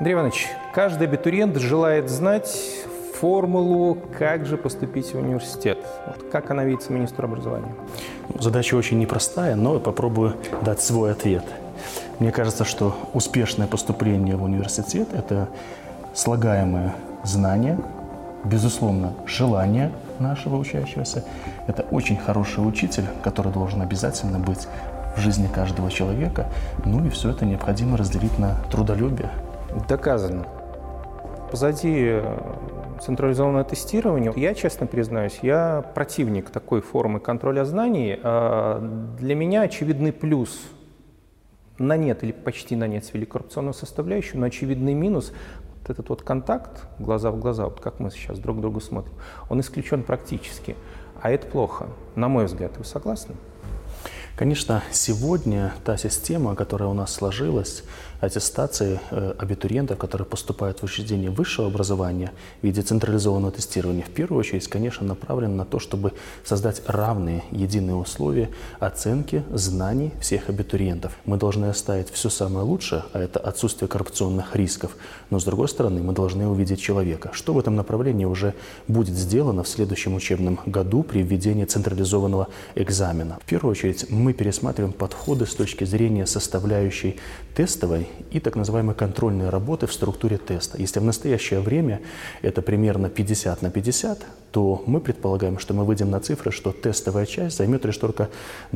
Андрей Иванович, каждый абитуриент желает знать формулу, как же поступить в университет. Вот как она видится министру образования? Задача очень непростая, но попробую дать свой ответ. Мне кажется, что успешное поступление в университет – это слагаемое знание, безусловно, желание нашего учащегося. Это очень хороший учитель, который должен обязательно быть в жизни каждого человека. Ну и все это необходимо разделить на трудолюбие. Доказано. Позади централизованное тестирование. Я, честно признаюсь, я противник такой формы контроля знаний. Для меня очевидный плюс на нет или почти на нет свели коррупционную составляющую, но очевидный минус – вот этот вот контакт глаза в глаза, вот как мы сейчас друг к другу смотрим, он исключен практически. А это плохо, на мой взгляд. Вы согласны? Конечно, сегодня та система, которая у нас сложилась, аттестации абитуриентов, которые поступают в учреждение высшего образования в виде централизованного тестирования, в первую очередь, конечно, направлена на то, чтобы создать равные, единые условия оценки знаний всех абитуриентов. Мы должны оставить все самое лучшее, а это отсутствие коррупционных рисков, но, с другой стороны, мы должны увидеть человека. Что в этом направлении уже будет сделано в следующем учебном году при введении централизованного экзамена? В первую очередь, мы пересматриваем подходы с точки зрения составляющей тестовой и так называемой контрольной работы в структуре теста. Если в настоящее время это примерно 50 на 50, то мы предполагаем, что мы выйдем на цифры, что тестовая часть займет лишь только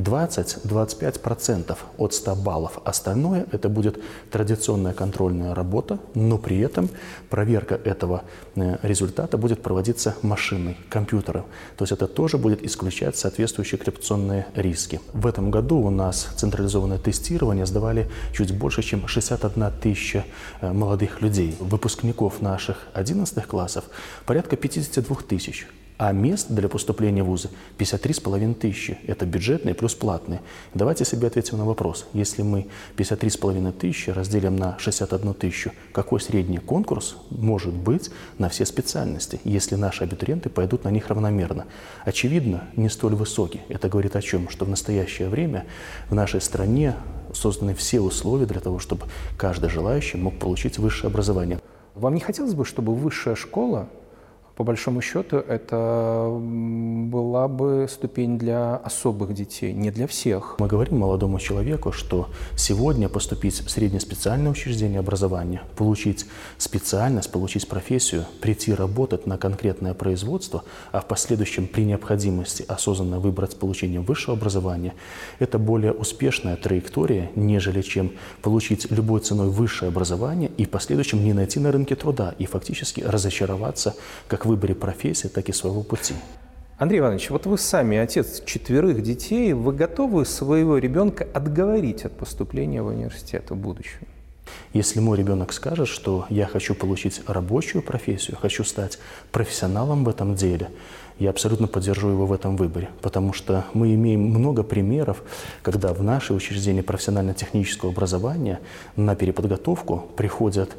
20-25% от 100 баллов. Остальное это будет традиционная контрольная работа, но при этом проверка этого результата будет проводиться машиной, компьютером. То есть это тоже будет исключать соответствующие коррупционные риски. В этом году у нас централизованное тестирование сдавали чуть больше, чем 61 тысяча молодых людей. Выпускников наших 11 классов порядка 52 тысяч. А мест для поступления в вузы 53,5 тысячи. Это бюджетные плюс платные. Давайте себе ответим на вопрос. Если мы 53,5 тысячи разделим на 61 тысячу, какой средний конкурс может быть на все специальности, если наши абитуриенты пойдут на них равномерно? Очевидно, не столь высокий. Это говорит о чем? Что в настоящее время в нашей стране созданы все условия для того, чтобы каждый желающий мог получить высшее образование. Вам не хотелось бы, чтобы высшая школа, по большому счету, это была бы ступень для особых детей, не для всех? Мы говорим молодому человеку, что сегодня поступить в среднеспециальное учреждение образования, получить специальность, получить профессию, прийти работать на конкретное производство, а в последующем при необходимости осознанно выбрать получение высшего образования, это более успешная траектория, нежели чем получить любой ценой высшее образование и в последующем не найти на рынке труда и фактически разочароваться как в выборе профессии, так и своего пути. Андрей Иванович, вот вы сами отец 4 детей, вы готовы своего ребенка отговорить от поступления в университет в будущем? Если мой ребенок скажет, что я хочу получить рабочую профессию, хочу стать профессионалом в этом деле, я абсолютно поддержу его в этом выборе, потому что мы имеем много примеров, когда в наше учреждение профессионально-технического образования на переподготовку приходят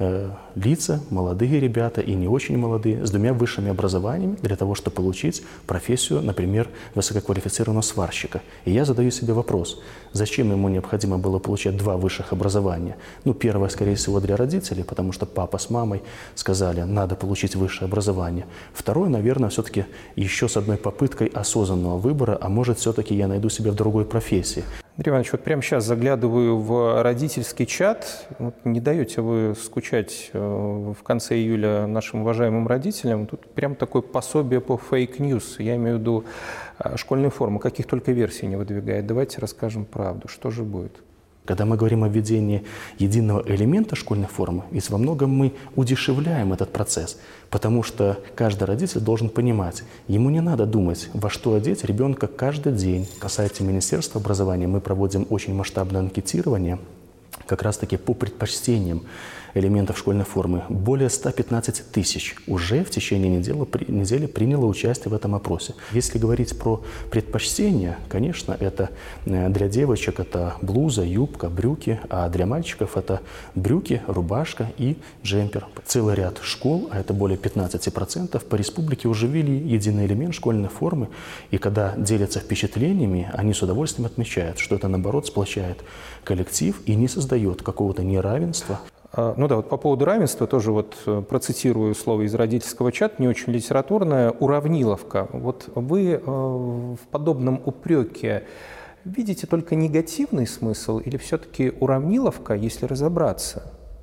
лица, молодые ребята и не очень молодые, с 2 высшими образованиями для того, чтобы получить профессию, например, высококвалифицированного сварщика. И я задаю себе вопрос, зачем ему необходимо было получать 2 высших образования? Ну, первое, скорее всего, для родителей, потому что папа с мамой сказали, надо получить высшее образование. Второе, наверное, все-таки еще с одной попыткой осознанного выбора, а может, все-таки я найду себя в другой профессии. Андрей Иванович, вот прямо сейчас заглядываю в родительский чат. Вот не даете вы скучать в конце июля нашим уважаемым родителям. Тут прям такое пособие по фейк-ньюс. Я имею в виду школьную форму. Каких только версий не выдвигает. Давайте расскажем правду. Что же будет? Когда мы говорим о введении единого элемента школьной формы, ведь во многом мы удешевляем этот процесс, потому что каждый родитель должен понимать, ему не надо думать, во что одеть ребенка каждый день. На сайте Министерства образования мы проводим очень масштабное анкетирование как раз-таки по предпочтениям элементов школьной формы. Более 115 тысяч уже в течение недели приняло участие в этом опросе. Если говорить про предпочтения, конечно, это для девочек это блуза, юбка, брюки, а для мальчиков это брюки, рубашка и джемпер. Целый ряд школ, а это более 15%, по республике уже ввели единый элемент школьной формы, и когда делятся впечатлениями, они с удовольствием отмечают, что это, наоборот, сплочает коллектив и не создает какого-то неравенства. Ну да, вот по поводу равенства тоже вот процитирую слово из родительского чата, не очень литературное, уравниловка. Вот вы в подобном упреке видите только негативный смысл или все-таки уравниловка, если разобраться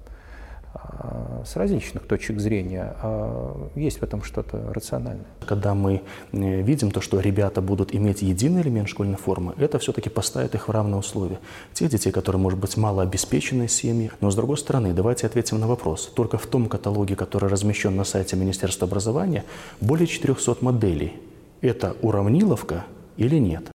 с различных точек зрения, есть в этом что-то рациональное? Когда мы видим то, что ребята будут иметь единый элемент школьной формы, это все-таки поставит их в равные условия. Те детей, которые, может быть, малообеспеченные семьи. Но, с другой стороны, давайте ответим на вопрос. Только в том каталоге, который размещен на сайте Министерства образования, более 400 моделей. Это уравниловка или нет?